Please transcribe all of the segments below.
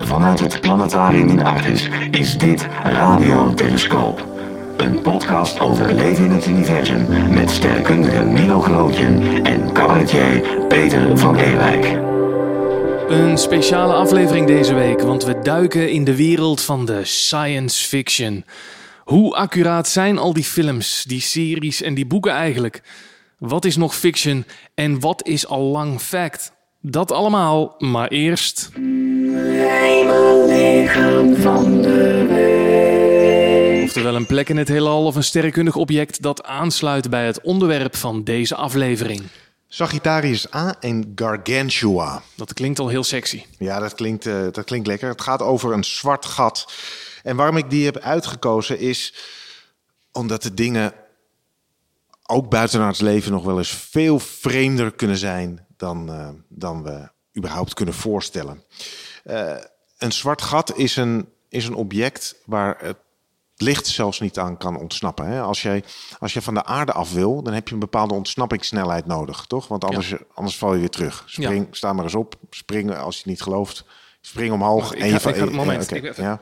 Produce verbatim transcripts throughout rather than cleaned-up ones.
Vanuit het planetarium in Artis is dit Radio Telescoop. Een podcast over leven in het universum met sterrenkundige Milo Gelootjen en cabaretier Peter van Ewijk. Een speciale aflevering deze week, want we duiken in de wereld van de science fiction. Hoe accuraat zijn al die films, die series en die boeken eigenlijk? Wat is nog fiction en wat is al lang fact? Dat allemaal, maar eerst... Hemellichaam van de week. Oftewel een plek in het heelal of een sterrenkundig object dat aansluit bij het onderwerp van deze aflevering. Sagittarius A en Gargantua. Dat klinkt al heel sexy. Ja, dat klinkt, uh, dat klinkt lekker. Het gaat over een zwart gat. En waarom ik die heb uitgekozen is omdat de dingen ook buiten het leven nog wel eens veel vreemder kunnen zijn dan, uh, dan we überhaupt kunnen voorstellen. Uh, een zwart gat is een, is een object waar het licht zelfs niet aan kan ontsnappen. Hè? Als jij, als je van de aarde af wil, dan heb je een bepaalde ontsnappingssnelheid nodig, toch? Want anders, ja. anders val je weer terug. Spring, ja. Sta maar eens op, spring als je het niet gelooft. Spring omhoog. Ik en ga, je, ik ga het moment. Okay, ik ja.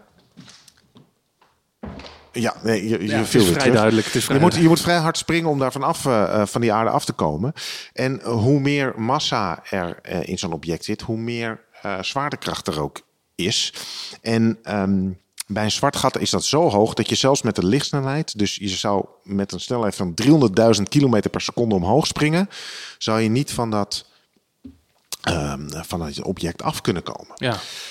Ja, nee, je, je ja, viel het is weer vrij terug. duidelijk. Het is vrij je, moet, je moet vrij hard springen om daar vanaf uh, van die aarde af te komen. En uh, hoe meer massa er uh, in zo'n object zit, hoe meer uh, zwaartekracht er ook is. En um, bij een zwart gat is dat zo hoog dat je zelfs met de lichtsnelheid, dus je zou met een snelheid van driehonderdduizend kilometer per seconde omhoog springen, zou je niet van dat, um, van dat object af kunnen komen. Ja.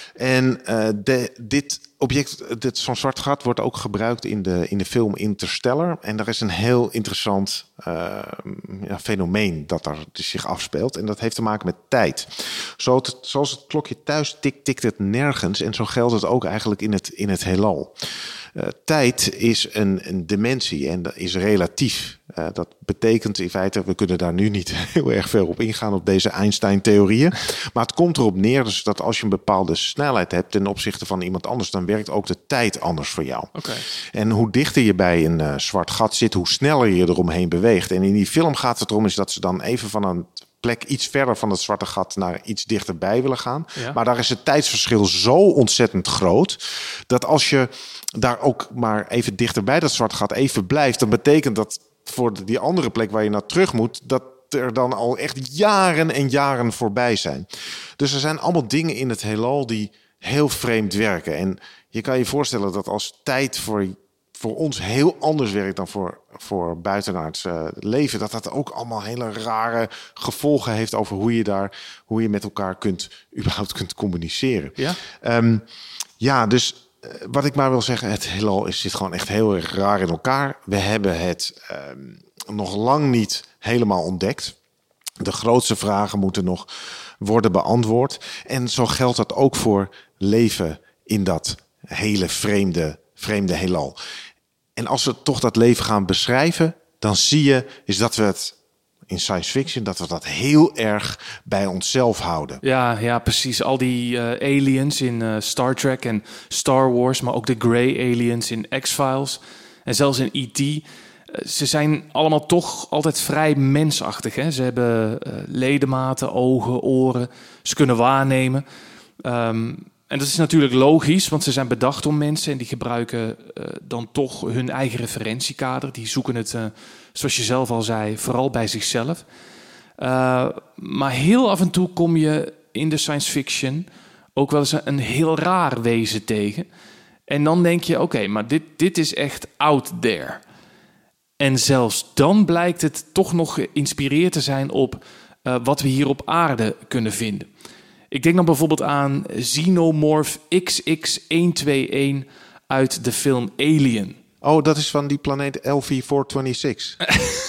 En uh, de, dit object, dit, zo'n zwart gat, wordt ook gebruikt in de, in de film Interstellar. En daar is een heel interessant uh, ja, fenomeen dat daar zich afspeelt. En dat heeft te maken met tijd. Zo het, zoals het klokje thuis tikt, tikt het nergens. En zo geldt het ook eigenlijk in het, in het heelal. Uh, tijd is een, een dimensie en dat is relatief. Uh, dat betekent in feite, we kunnen daar nu niet heel erg veel op ingaan op deze Einstein-theorieën. Maar het komt erop neer dus dat als je een bepaalde snelheid hebt ten opzichte van iemand anders, dan werkt ook de tijd anders voor jou. Okay. En hoe dichter je bij een uh, zwart gat zit, hoe sneller je eromheen beweegt. En in die film gaat het erom is dat ze dan even van een plek iets verder van het zwarte gat naar iets dichterbij willen gaan. Ja. Maar daar is het tijdsverschil zo ontzettend groot dat als je daar ook maar even dichterbij dat zwarte gat even blijft, dan betekent dat voor die andere plek waar je naar terug moet, dat er dan al echt jaren en jaren voorbij zijn. Dus er zijn allemaal dingen in het heelal die heel vreemd werken. En je kan je voorstellen dat als tijd voor, voor ons heel anders werkt dan voor, voor buitenaards uh, leven, dat dat ook allemaal hele rare gevolgen heeft over hoe je daar, hoe je met elkaar kunt, überhaupt kunt communiceren. Ja, um, ja dus wat ik maar wil zeggen, het heelal zit gewoon echt heel erg raar in elkaar. We hebben het um, nog lang niet helemaal ontdekt. De grootste vragen moeten nog worden beantwoord. En zo geldt dat ook voor leven in dat hele vreemde, vreemde heelal. En als we toch dat leven gaan beschrijven, dan zie je is dat we het in science fiction, dat we dat heel erg bij onszelf houden. Ja, ja, precies. Al die uh, aliens in uh, Star Trek en Star Wars, maar ook de Grey aliens in X-Files en zelfs in E T. Uh, ze zijn allemaal toch altijd vrij mensachtig. Hè? Ze hebben uh, ledematen, ogen, oren. Ze kunnen waarnemen. Um, en dat is natuurlijk logisch, want ze zijn bedacht om mensen en die gebruiken uh, dan toch hun eigen referentiekader. Die zoeken het, uh, zoals je zelf al zei, vooral bij zichzelf. Uh, maar heel af en toe kom je in de science fiction ook wel eens een heel raar wezen tegen. En dan denk je, oké, okay, maar dit, dit is echt out there. En zelfs dan blijkt het toch nog geïnspireerd te zijn op uh, wat we hier op aarde kunnen vinden. Ik denk dan bijvoorbeeld aan Xenomorph X X honderdeenentwintig uit de film Alien. Oh, dat is van die planeet L V vierhonderdzesentwintig.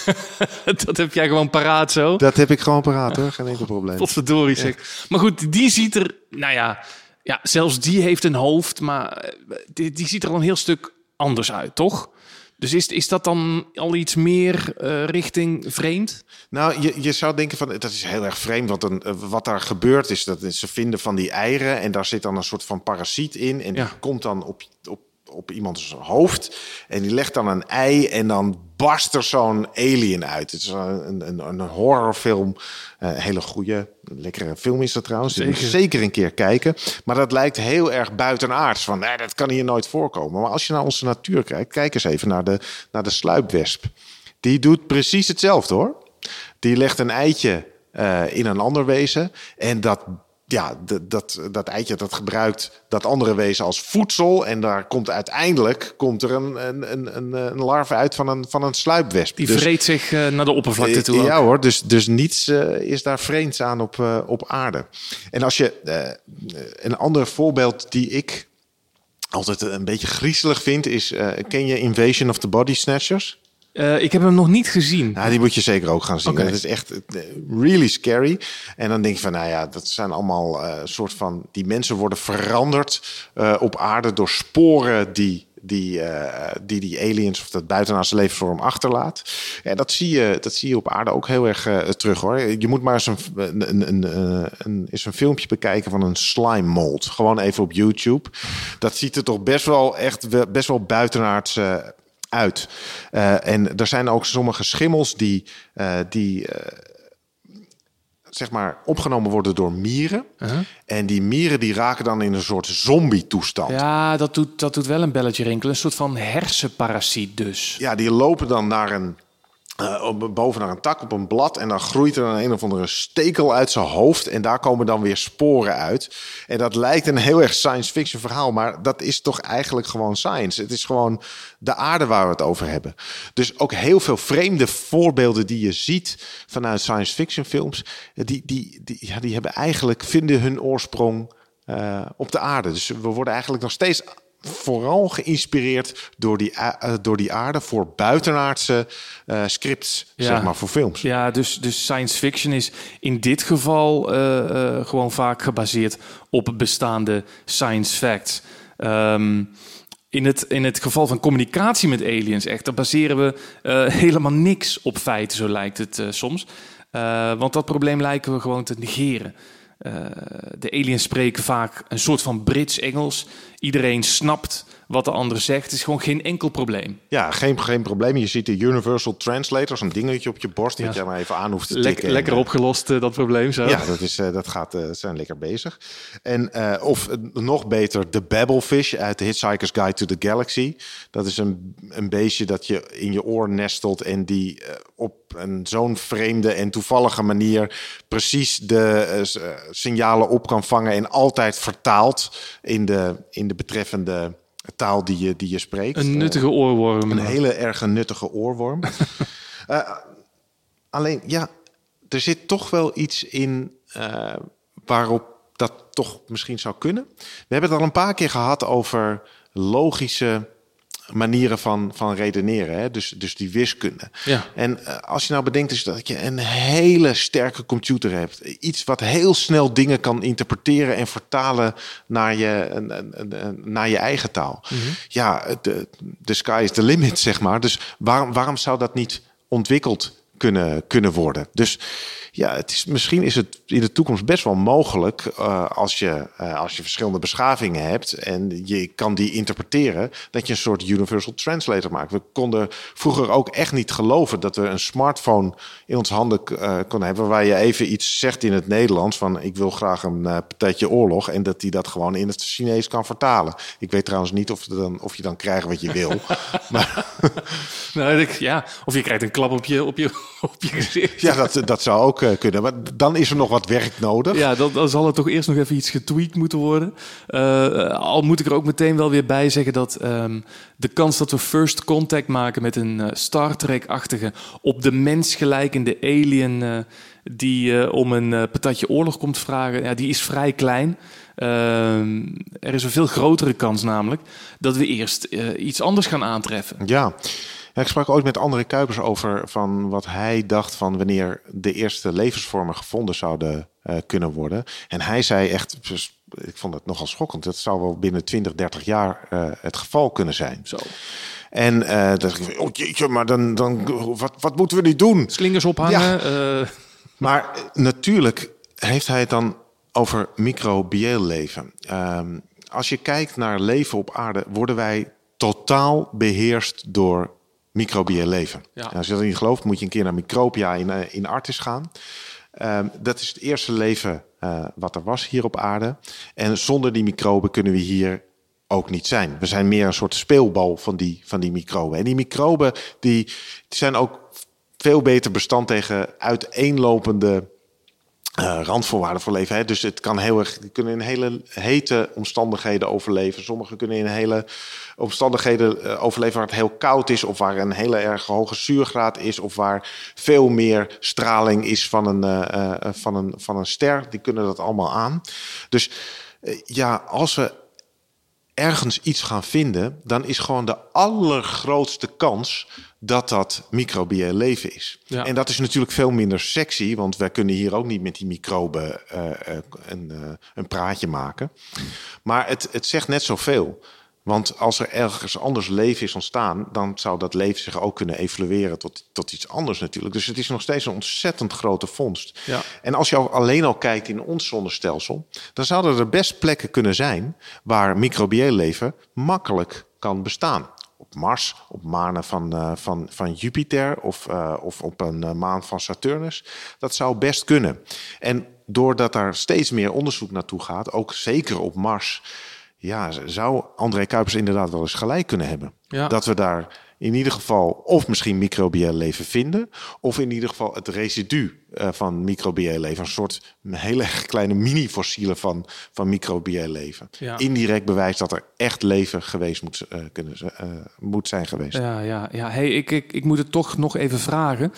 Dat heb jij gewoon paraat zo? Dat heb ik gewoon paraat hoor, geen enkel probleem. Potverdorie zeg. Ja. Maar goed, die ziet er, nou ja, ja, zelfs die heeft een hoofd, maar die, die ziet er al een heel stuk anders uit, toch? Dus is, is dat dan al iets meer uh, richting vreemd? Nou, je, je zou denken van, dat is heel erg vreemd. Want een, wat daar gebeurt is dat ze vinden van die eieren en daar zit dan een soort van parasiet in. En ja. die komt dan op, op, op iemands hoofd en die legt dan een ei en dan barst er zo'n alien uit. Het is een, een, een horrorfilm. Een uh, hele goede, lekkere film is dat trouwens. Zeker. Je moet zeker een keer kijken. Maar dat lijkt heel erg buitenaards. Van, nee, dat kan hier nooit voorkomen. Maar als je naar onze natuur kijkt, kijk eens even naar de, naar de sluipwesp. Die doet precies hetzelfde, hoor. Die legt een eitje uh, in een ander wezen. En dat... Ja, dat, dat, dat eitje dat gebruikt dat andere wezen als voedsel. En daar komt uiteindelijk komt er een, een, een, een larve uit van een, van een sluipwesp. Die dus, vreet zich uh, naar de oppervlakte toe. Ja ook. hoor, dus, dus niets uh, is daar vreemds aan op, uh, op aarde. En als je uh, een ander voorbeeld die ik altijd een beetje griezelig vind is... Uh, ken je Invasion of the Body Snatchers? Uh, ik heb hem nog niet gezien. Nou, die moet je zeker ook gaan zien. Okay. Het is echt uh, really scary. En dan denk je van, nou ja, dat zijn allemaal uh, soort van... Die mensen worden veranderd uh, op aarde door sporen die die, uh, die die aliens of dat buitenaardse levensvorm achterlaat. En dat zie je, dat zie je op aarde ook heel erg uh, terug, hoor. Je moet maar eens een, een, een, een, een, eens een filmpje bekijken van een slime mold. Gewoon even op YouTube. Dat ziet er toch best wel echt best wel buitenaards uh, uit. Uh, en er zijn ook sommige schimmels die, uh, die uh, zeg maar opgenomen worden door mieren. Uh-huh. En die mieren die raken dan in een soort zombie-toestand. Ja, dat doet, dat doet wel een belletje rinkelen. Een soort van hersenparasiet dus. Ja, die lopen dan naar een... Uh, boven naar een tak op een blad en dan groeit er een, een of andere stekel uit zijn hoofd en daar komen dan weer sporen uit. En dat lijkt een heel erg science fiction verhaal, maar dat is toch eigenlijk gewoon science. Het is gewoon de aarde waar we het over hebben. Dus ook heel veel vreemde voorbeelden die je ziet vanuit science fiction films, die, die, die, ja, die hebben eigenlijk, vinden hun oorsprong uh, op de aarde. Dus we worden eigenlijk nog steeds... vooral geïnspireerd door die, uh, door die aarde voor buitenaardse uh, scripts, ja. zeg maar, voor films. Ja, dus, dus science fiction is in dit geval uh, uh, gewoon vaak gebaseerd op bestaande science facts. Um, in, het, in het geval van communicatie met aliens, echt, daar baseren we uh, helemaal niks op feiten, zo lijkt het uh, soms. Uh, want dat probleem lijken we gewoon te negeren. Uh, de aliens spreken vaak een soort van Brits-Engels. Iedereen snapt wat de ander zegt. Het is gewoon geen enkel probleem. Ja, geen, geen probleem. Je ziet de Universal Translator, zo'n dingetje op je borst... Ja. dat je maar even aan hoeft te tikken. Lek, lekker en, opgelost, uh, dat probleem zo. Ja, dat, is, uh, dat gaat, uh, zijn lekker bezig. En, uh, of uh, nog beter, de Babblefish uit The Hitchhiker's Guide to the Galaxy. Dat is een, een beestje dat je in je oor nestelt... en die uh, op een zo'n vreemde en toevallige manier... precies de uh, signalen op kan vangen... en altijd vertaalt in de, in de betreffende... taal die je, die je spreekt. Een nuttige oorworm. Een hele erg nuttige oorworm. uh, alleen, ja, er zit toch wel iets in uh, waarop dat toch misschien zou kunnen. We hebben het al een paar keer gehad over logische manieren van, van redeneren. Hè? Dus, dus die wiskunde. Ja. En uh, als je nou bedenkt is dat je een hele sterke computer hebt. Iets wat heel snel dingen kan interpreteren en vertalen naar je, uh, uh, naar je eigen taal. Mm-hmm. Ja, de, de sky is the limit, zeg maar. Dus waarom, waarom zou dat niet ontwikkeld kunnen, kunnen worden? Dus ja, het is, misschien is het in de toekomst best wel mogelijk... Uh, als, je, uh, als je verschillende beschavingen hebt... en je kan die interpreteren... dat je een soort universal translator maakt. We konden vroeger ook echt niet geloven... dat we een smartphone in ons handen uh, konden hebben... waar je even iets zegt in het Nederlands... van ik wil graag een uh, patatje oorlog... en dat die dat gewoon in het Chinees kan vertalen. Ik weet trouwens niet of, dan, of je dan krijgt wat je wil. maar... nou, ik, ja, of je krijgt een klap op je, op je, op je gezicht. Ja, dat, dat zou ook... kunnen. Maar dan is er nog wat werk nodig. Ja, dan, dan zal er toch eerst nog even iets getweakt moeten worden. Uh, al moet ik er ook meteen wel weer bij zeggen dat um, de kans dat we first contact maken met een uh, Star Trek-achtige op de mens gelijkende alien uh, die uh, om een uh, patatje oorlog komt vragen, ja, die is vrij klein. Uh, er is een veel grotere kans namelijk dat we eerst uh, iets anders gaan aantreffen. Ja. Ja, ik sprak ooit met André Kuipers over van wat hij dacht van wanneer de eerste levensvormen gevonden zouden uh, kunnen worden. En hij zei echt, dus, ik vond het nogal schokkend, dat zou wel binnen twintig, dertig jaar uh, het geval kunnen zijn. Zo. En uh, dan dacht ik, oh jeetje, maar dan, dan wat, wat moeten we nu doen? Slingers ophangen. Ja. Uh... Maar natuurlijk heeft hij het dan over microbieel leven. Um, als je kijkt naar leven op aarde, worden wij totaal beheerst door microbieel leven. Ja. En als je dat niet gelooft, moet je een keer naar Micropia in, uh, in Artis gaan. Um, dat is het eerste leven uh, wat er was hier op aarde. En zonder die microben kunnen we hier ook niet zijn. We zijn meer een soort speelbal van die, van die microben. En die microben die, die zijn ook veel beter bestand tegen uiteenlopende uh, randvoorwaarden voor leven. Hè? Dus het kan heel erg, die kunnen in hele hete omstandigheden overleven. Sommigen kunnen in hele omstandigheden uh, overleven waar het heel koud is, of waar een hele erg hoge zuurgraad is, of waar veel meer straling is van een, uh, uh, van een, van een ster. Die kunnen dat allemaal aan. Dus uh, ja, als we ergens iets gaan vinden, dan is gewoon de allergrootste kans dat dat microbieel leven is. Ja. En dat is natuurlijk veel minder sexy, want wij kunnen hier ook niet met die microben uh, uh, een, uh, een praatje maken. Maar het, het zegt net zoveel. Want als er ergens anders leven is ontstaan, dan zou dat leven zich ook kunnen evolueren tot, tot iets anders natuurlijk. Dus het is nog steeds een ontzettend grote vondst. Ja. En als je al, alleen al kijkt in ons zonnestelsel, dan zouden er best plekken kunnen zijn waar microbieel leven makkelijk kan bestaan. Op Mars, op manen van, uh, van, van Jupiter of, uh, of op een uh, maan van Saturnus. Dat zou best kunnen. En doordat daar steeds meer onderzoek naartoe gaat, ook zeker op Mars, ja, zou André Kuipers inderdaad wel eens gelijk kunnen hebben. Ja. Dat we daar in ieder geval of misschien microbieel leven vinden, of in ieder geval het residu uh, van microbieel leven. Een soort hele erg kleine mini-fossielen van, van microbieel leven. Ja. Indirect bewijs dat er echt leven geweest moet, uh, kunnen, uh, moet zijn geweest. Ja, ja, ja. Hey, ik, ik, ik moet het toch nog even vragen.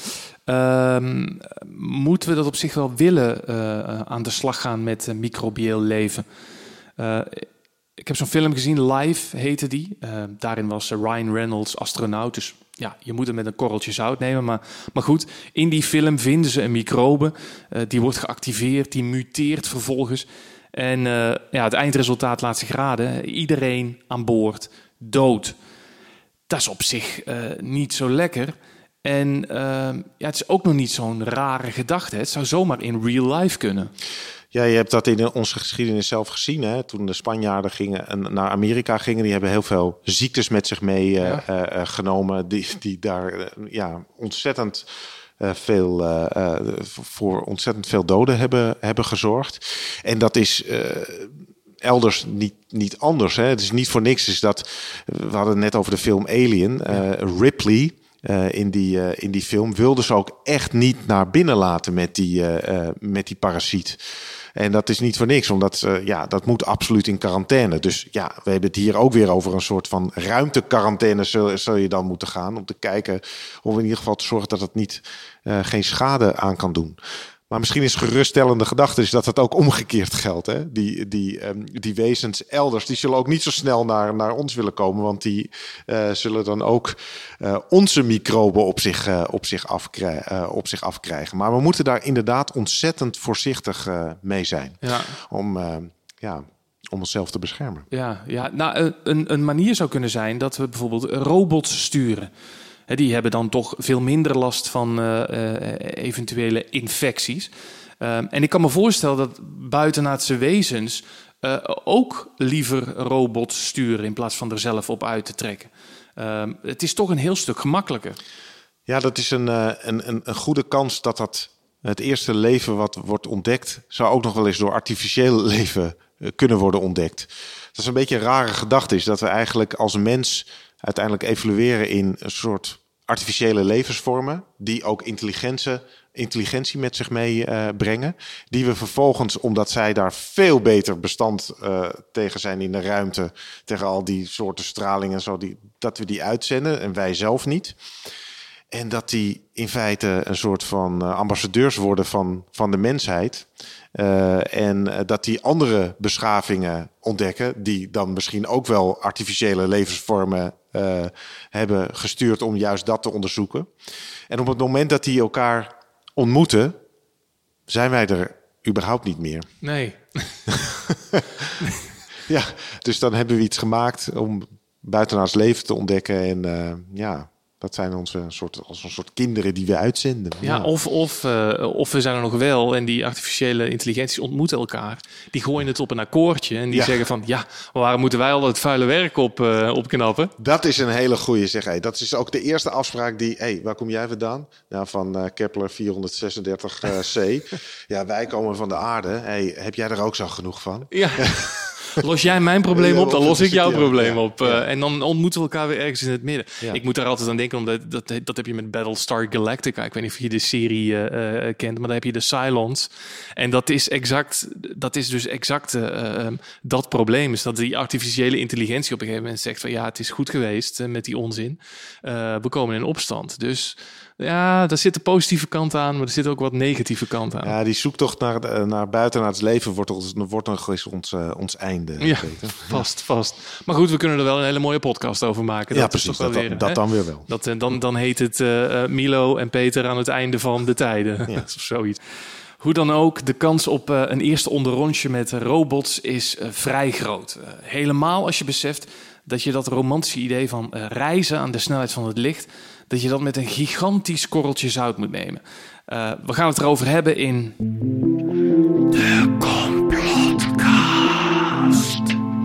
Uh, moeten we dat op zich wel willen uh, aan de slag gaan met uh, microbieel leven? Uh, Ik heb zo'n film gezien, Live heette die. Uh, daarin was Ryan Reynolds astronaut. Dus ja, je moet het met een korreltje zout nemen. Maar, maar goed, in die film vinden ze een microbe. Uh, die wordt geactiveerd, die muteert vervolgens. En uh, ja, het eindresultaat laat zich raden. Iedereen aan boord dood. Dat is op zich uh, niet zo lekker. En uh, ja, het is ook nog niet zo'n rare gedachte. Het zou zomaar in real life kunnen. Ja, je hebt dat in onze geschiedenis zelf gezien. Hè? Toen de Spanjaarden gingen naar Amerika gingen, die hebben heel veel ziektes met zich mee uh, ja. uh, genomen. Die, die daar uh, ja, ontzettend uh, veel uh, uh, voor ontzettend veel doden hebben, hebben gezorgd. En dat is Uh, elders niet, niet anders. Hè? Het is niet voor niks. Is dat, we hadden het net over de film Alien. Uh, Ripley uh, in, die, uh, in die film wilde ze ook echt niet naar binnen laten met die, uh, uh, met die parasiet. En dat is niet voor niks, omdat uh, ja, dat moet absoluut in quarantaine. Dus ja, we hebben het hier ook weer over een soort van ruimtequarantaine zul, zul je dan moeten gaan. Om te kijken, om in ieder geval te zorgen dat het niet, uh, geen schade aan kan doen. Maar misschien is geruststellende gedachte is dat het ook omgekeerd geldt. Hè? Die, die, um, die wezens elders, die zullen ook niet zo snel naar, naar ons willen komen. Want die uh, zullen dan ook uh, onze microben op zich, uh, op, zich afkrij- uh, op zich afkrijgen. Maar we moeten daar inderdaad ontzettend voorzichtig uh, mee zijn. Ja. Om, uh, ja, om onszelf te beschermen. Ja, ja. Nou, een, een manier zou kunnen zijn dat we bijvoorbeeld robots sturen. Die hebben dan toch veel minder last van uh, uh, eventuele infecties. Uh, en ik kan me voorstellen dat buitenaardse wezens uh, ook liever robots sturen in plaats van er zelf op uit te trekken. Uh, het is toch een heel stuk gemakkelijker. Ja, dat is een, uh, een, een goede kans dat dat het eerste leven wat wordt ontdekt, zou ook nog wel eens door artificieel leven uh, kunnen worden ontdekt. Dat is een beetje een rare gedachte, is dat we eigenlijk als mens uiteindelijk evolueren in een soort artificiële levensvormen die ook intelligentie, intelligentie met zich meebrengen. Uh, die we vervolgens, omdat zij daar veel beter bestand uh, tegen zijn in de ruimte, tegen al die soorten straling en zo, die, dat we die uitzenden en wij zelf niet. En dat die in feite een soort van uh, ambassadeurs worden van, van de mensheid. Uh, en uh, dat die andere beschavingen ontdekken, die dan misschien ook wel artificiële levensvormen uh, hebben gestuurd om juist dat te onderzoeken. En op het moment dat die elkaar ontmoeten, zijn wij er überhaupt niet meer. Nee. Ja, dus dan hebben we iets gemaakt om buitenaards leven te ontdekken. En uh, ja, Dat zijn onze soort, als een soort kinderen die we uitzenden. Ja, ja. Of, of, uh, of we zijn er nog wel en die artificiële intelligenties ontmoeten elkaar. Die gooien het op een akkoordje en die ja. zeggen van... ja, waarom moeten wij al het vuile werk op, uh, opknappen? Dat is een hele goeie zeg. Hey, dat is ook de eerste afspraak die... Hey, waar kom jij vandaan? Nou, van uh, Kepler vierhonderdzesendertig C. Ja, wij komen van de aarde. Hey, heb jij er ook zo genoeg van? Ja. Los jij mijn probleem op, dan los ik jouw probleem ja, op. Uh, ja. En dan ontmoeten we elkaar weer ergens in het midden. Ja. Ik moet daar altijd aan denken, omdat dat, dat heb je met Battlestar Galactica. Ik weet niet of je de serie uh, uh, kent, maar dan heb je de Cylons. En dat is exact, dat is dus exact uh, um, dat probleem. Is dat die artificiële intelligentie op een gegeven moment zegt van ja, het is goed geweest uh, met die onzin. Uh, we komen in opstand. Dus ja, daar zit de positieve kant aan, maar er zit ook wat negatieve kant aan. Ja, die zoektocht naar, naar buiten, naar het leven, wordt, ons, wordt nog eens ons, uh, ons einde. Ja, vast, vast. Maar goed, we kunnen er wel een hele mooie podcast over maken. Ja, dat precies. Is toch wel dat, weer, dat, dat dan weer wel. Dat, dan, dan heet het uh, Milo en Peter aan het einde van de tijden. Ja. Of zoiets. Hoe dan ook, de kans op uh, een eerste onderrondje met robots is uh, vrij groot. Uh, helemaal als je beseft dat je dat romantische idee van uh, reizen aan de snelheid van het licht, dat je dat met een gigantisch korreltje zout moet nemen. Uh, we gaan het erover hebben in... De Complotcast.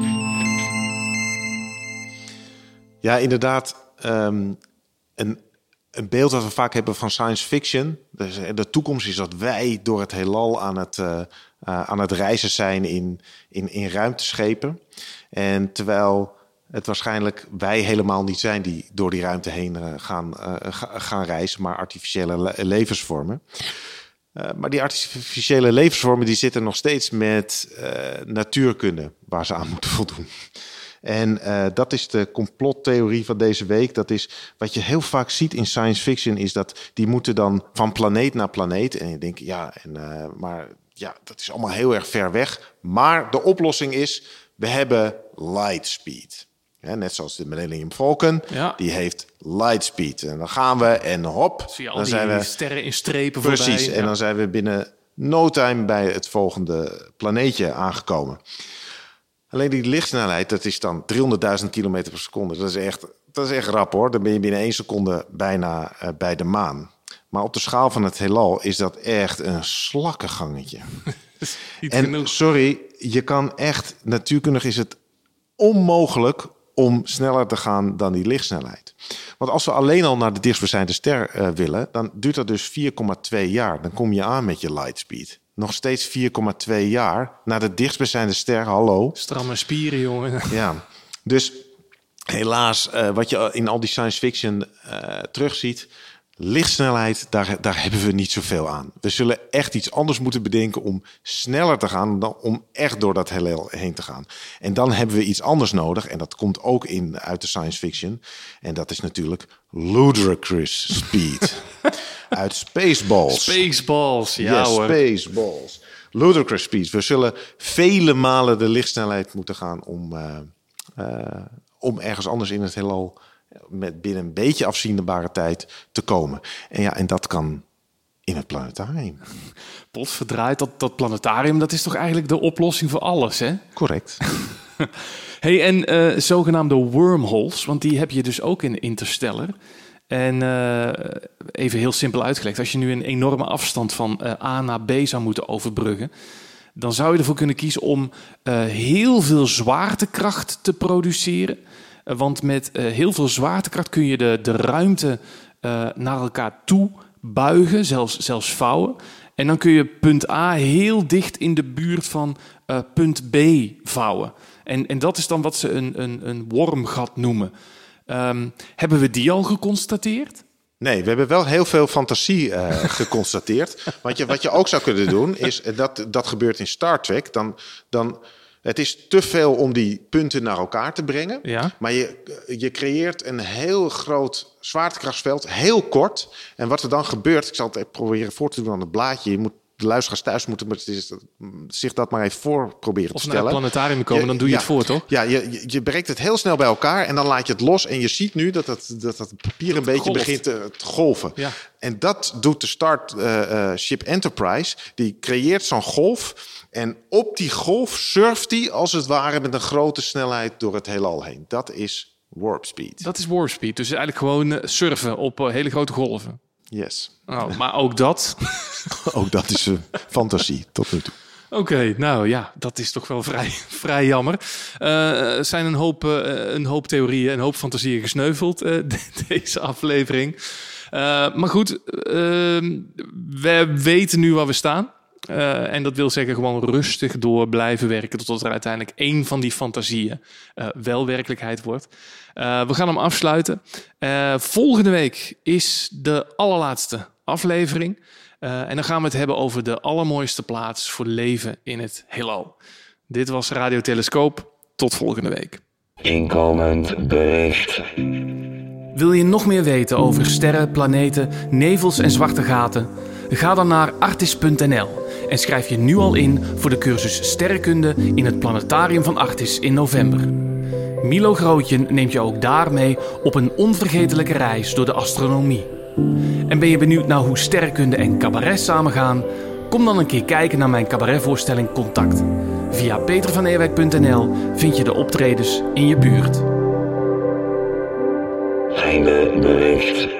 Ja, inderdaad. Um, een, een beeld dat we vaak hebben van science fiction. Dus de toekomst is dat wij door het heelal aan het, uh, uh, aan het reizen zijn in, in, in ruimteschepen. En terwijl het waarschijnlijk wij helemaal niet zijn die door die ruimte heen uh, gaan, uh, gaan reizen, maar artificiële le- levensvormen. Uh, maar die artificiële levensvormen die zitten nog steeds met uh, natuurkunde waar ze aan moeten voldoen. En uh, dat is de complottheorie van deze week. Dat is wat je heel vaak ziet in science fiction, is dat die moeten dan van planeet naar planeet. En je denkt, ja, en, uh, maar ja, dat is allemaal heel erg ver weg. Maar de oplossing is, we hebben light speed. Ja, net zoals de Millennium Falcon, ja. Die heeft lightspeed. En dan gaan we en hop. Zie je al dan die zijn we sterren in strepen precies, voorbij. Precies, en ja. Dan zijn we binnen no time bij het volgende planeetje aangekomen. Alleen die lichtsnelheid, dat is dan driehonderdduizend kilometer per seconde. Dat is echt, dat is echt rap hoor. Dan ben je binnen één seconde bijna uh, bij de maan. Maar op de schaal van het heelal is dat echt een slakkengangetje. En genoeg. Sorry, je kan echt, natuurkundig is het onmogelijk om sneller te gaan dan die lichtsnelheid. Want als we alleen al naar de dichtstbijzijnde ster uh, willen, dan duurt dat dus vier komma twee jaar. Dan kom je aan met je lightspeed. Nog steeds vier komma twee jaar naar de dichtstbijzijnde ster. Hallo. Stramme spieren, jongen. Ja, dus helaas, uh, wat je in al die science fiction uh, terugziet, lichtsnelheid, daar, daar hebben we niet zoveel aan. We zullen echt iets anders moeten bedenken om sneller te gaan dan om echt door dat heelal heen te gaan. En dan hebben we iets anders nodig. En dat komt ook in uit de science fiction. En dat is natuurlijk ludicrous speed. Uit Spaceballs. Spaceballs, ja yes, hoor. Spaceballs. Ludicrous speed. We zullen vele malen de lichtsnelheid moeten gaan om, uh, uh, om ergens anders in het heelal met binnen een beetje afzienbare tijd te komen. En ja, en dat kan in het planetarium. Potverdraaid, dat, dat planetarium, dat is toch eigenlijk de oplossing voor alles, hè? Correct. Hey, en uh, zogenaamde wormholes, want die heb je dus ook in Interstellar. En uh, even heel simpel uitgelegd, als je nu een enorme afstand van uh, A naar B zou moeten overbruggen, dan zou je ervoor kunnen kiezen om uh, heel veel zwaartekracht te produceren. Uh, want met uh, heel veel zwaartekracht kun je de, de ruimte uh, naar elkaar toe buigen, zelfs, zelfs vouwen. En dan kun je punt A heel dicht in de buurt van uh, punt B vouwen. En, en dat is dan wat ze een, een, een wormgat noemen. Um, hebben we die al geconstateerd? Nee, we hebben wel heel veel fantasie uh, geconstateerd. Want je, wat je ook zou kunnen doen, is dat dat gebeurt in Star Trek. Dan, dan, het is te veel om die punten naar elkaar te brengen. Ja. Maar je, je creëert een heel groot zwaartekrachtsveld, heel kort. En wat er dan gebeurt, ik zal het proberen voor te doen aan het blaadje. Je moet de luisteraars thuis moeten zich dat maar even voor proberen of te stellen. Of naar het planetarium komen, je, dan doe je ja, het voor, toch? Ja, je, je, je brengt het heel snel bij elkaar en dan laat je het los. En je ziet nu dat het, dat het papier een beetje Golft. begint te, te golven. Ja. En dat doet de Starship uh, Enterprise. Die creëert zo'n golf. En op die golf surft die als het ware met een grote snelheid door het heelal heen. Dat is Warp speed. Dat is warp speed. Dus eigenlijk gewoon uh, surfen op uh, hele grote golven. Yes. Oh, maar ook dat... ook dat is een fantasie tot nu toe. Oké, okay, nou ja, dat is toch wel vrij, vrij jammer. Uh, er zijn een hoop, uh, een hoop theorieën, een hoop fantasieën gesneuveld uh, de- deze aflevering. Uh, maar goed, uh, we weten nu waar we staan. Uh, en dat wil zeggen gewoon rustig door blijven werken... totdat er uiteindelijk één van die fantasieën uh, wel werkelijkheid wordt. Uh, we gaan hem afsluiten. Uh, volgende week is de allerlaatste aflevering... Uh, en dan gaan we het hebben over de allermooiste plaats voor leven in het heelal. Dit was Radio Telescoop. Tot volgende week. Inkomend bericht. Wil je nog meer weten over sterren, planeten, nevels en zwarte gaten? Ga dan naar artis punt n l en schrijf je nu al in voor de cursus Sterrenkunde in het Planetarium van Artis in november. Milo Grootjen neemt je ook daar mee op een onvergetelijke reis door de astronomie. En ben je benieuwd naar hoe sterrenkunde en cabaret samengaan? Kom dan een keer kijken naar mijn cabaretvoorstelling Contact. Via peter van eerwijk punt n l vind je de optredens in je buurt. Einde bericht.